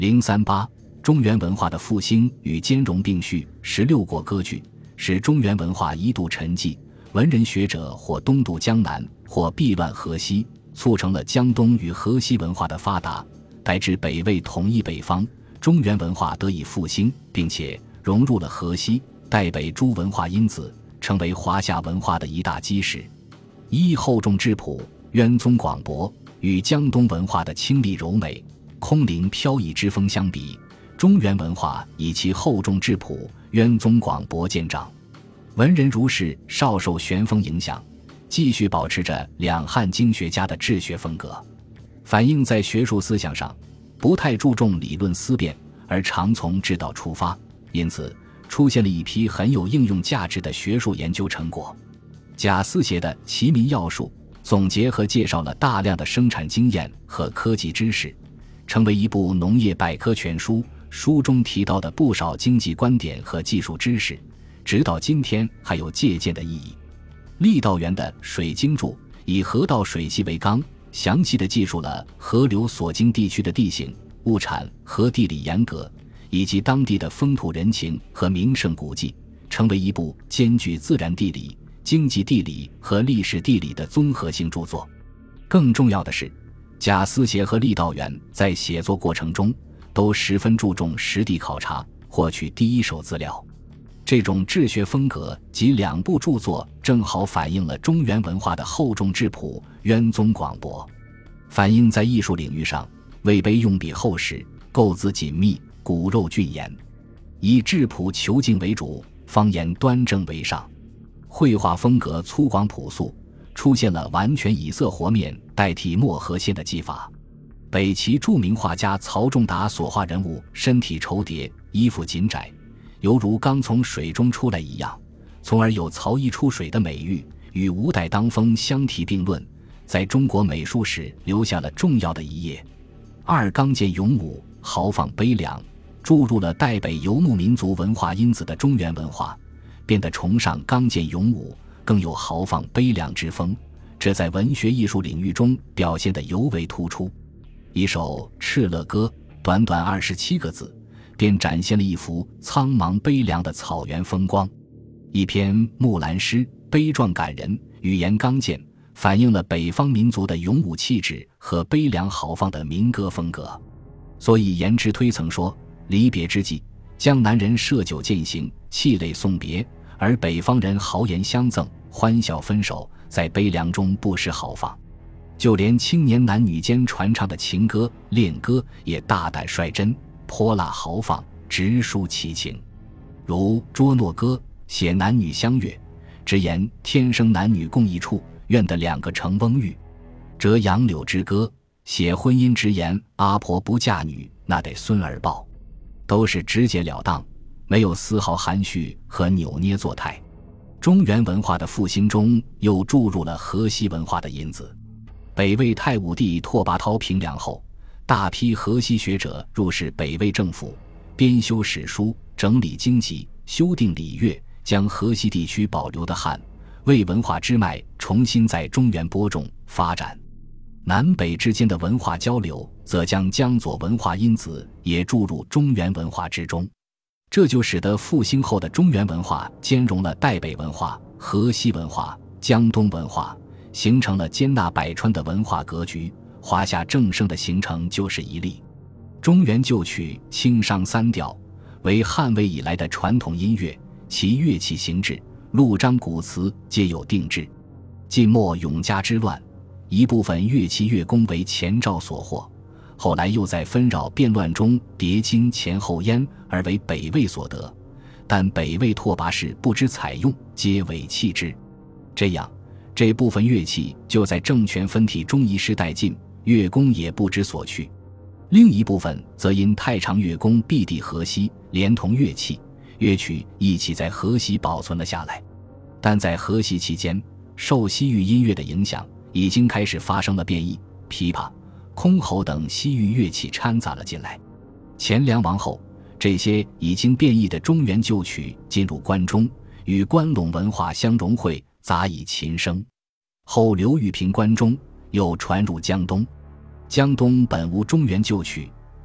038中原文化的复兴与兼容并蓄16国割据，使中原文化一度沉寂，文人学者或东渡江南，或避乱河西，促成了江东与河西文化的发达，乃至北魏统一北方，中原文化得以复兴，并且融入了河西、代北诸文化因子，成为华夏文化的一大基石。厚重质朴，渊宗广博，与江东文化的清丽柔美、空灵飘逸之风相比，中原文化以其厚重质朴、渊宗广博见长。文人如是少受玄风影响，继续保持着两汉经学家的治学风格，反映在学术思想上不太注重理论思辨，而常从治道出发，因此出现了一批很有应用价值的学术研究成果。贾思勰的《齐民要术》总结和介绍了大量的生产经验和科技知识，成为一部农业百科全书，书中提到的不少经济观点和技术知识，直到今天还有借鉴的意义。郦道元的《水经注》以河道水系为纲，详细地记述了河流所经地区的地形、物产和地理严格，以及当地的风土人情和名胜古迹，成为一部兼具自然地理、经济地理和历史地理的综合性著作。更重要的是，贾思勰和郦道元在写作过程中都十分注重实地考察，获取第一手资料。这种治学风格及两部著作正好反映了中原文化的厚重质朴、渊宗广博。反映在艺术领域上，魏碑用笔厚实，构字紧密，骨肉俊严，以质朴遒劲为主，方言端正为上。绘画风格粗犷朴素，出现了完全以色活面代替墨和线的技法。北齐著名画家曹仲达所画人物身体绸叠，衣服紧窄，犹如刚从水中出来一样，从而有曹衣出水的美誉，与吴代当风相提并论，在中国美术史留下了重要的一页。刚健勇武，豪放悲凉，注入了代北游牧民族文化因子的中原文化，变得崇尚刚健勇武，更有豪放悲凉之风，这在文学艺术领域中表现得尤为突出。一首《敕勒歌》短短27个字，便展现了一幅苍茫悲凉的草原风光。一篇木兰诗，悲壮感人，语言刚健，反映了北方民族的勇武气质和悲凉豪放的民歌风格。所以颜之推曾说，离别之际，江南人设酒饯行，泣泪送别，而北方人豪言相赠，欢笑分手，在悲凉中不失豪放。就连青年男女间传唱的情歌、恋歌也大胆率真，泼辣豪放，直抒其情。如《捉诺歌》写男女相悦，直言天生男女共一处，愿得两个成翁玉。《折杨柳之歌》写婚姻直言，阿婆不嫁女，那得孙儿抱。都是直截了当，没有丝毫含蓄和扭捏作态。中原文化的复兴中又注入了河西文化的因子。北魏太武帝拓跋焘平凉后，大批河西学者入仕北魏政府，编修史书，整理经籍，修订礼乐，将河西地区保留的汉魏文化支脉重新在中原播种发展。南北之间的文化交流则将江左文化因子也注入中原文化之中，这就使得复兴后的中原文化兼容了代北文化、河西文化、江东文化，形成了接纳百川的文化格局。华夏正盛的形成就是一例。中原旧曲清商三调为汉魏以来的传统音乐，其乐器形制、录章古词皆有定制。晋末永嘉之乱，一部分乐器乐工为前赵所获，后来又在纷扰变乱中叠经前后焉，而为北魏所得，但北魏拓跋氏不知采用，皆委弃之。这样这部分乐器就在政权分体中遗失殆尽，乐工也不知所去。另一部分则因太常乐工避地河西，连同乐器乐曲一起在河西保存了下来。但在河西期间，受西域音乐的影响，已经开始发生了变异，琵琶、箜篌等西域乐器掺杂了进来。前梁亡后，这些已经变异的中原旧曲进入关中，与关陇文化相融汇，杂以琴声。后刘裕平关中，又传入江东。江东本无中原旧曲，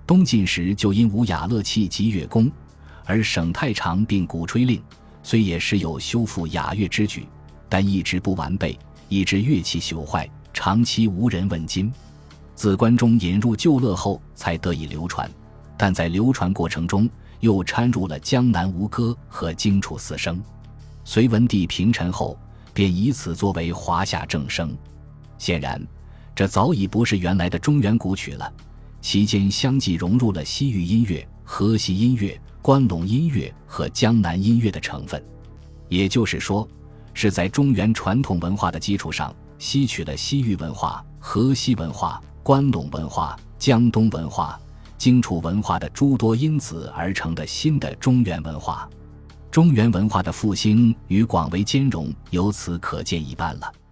东晋时就因无雅乐器及乐工，而省太常并鼓吹令，虽也时有修复雅乐之举，但一直不完备，以致乐器朽坏，长期无人问津。自关中引入旧乐后才得以流传，但在流传过程中又掺入了江南吴歌和荆楚四声。隋文帝平陈后，便以此作为华夏正声。显然，这早已不是原来的中原古曲了，其间相继融入了西域音乐、河西音乐、关陇音乐和江南音乐的成分。也就是说，是在中原传统文化的基础上，吸取了西域文化、河西文化、关陇文化、江东文化、荆楚文化的诸多因子而成的新的中原文化。中原文化的复兴与广为兼容由此可见一斑了。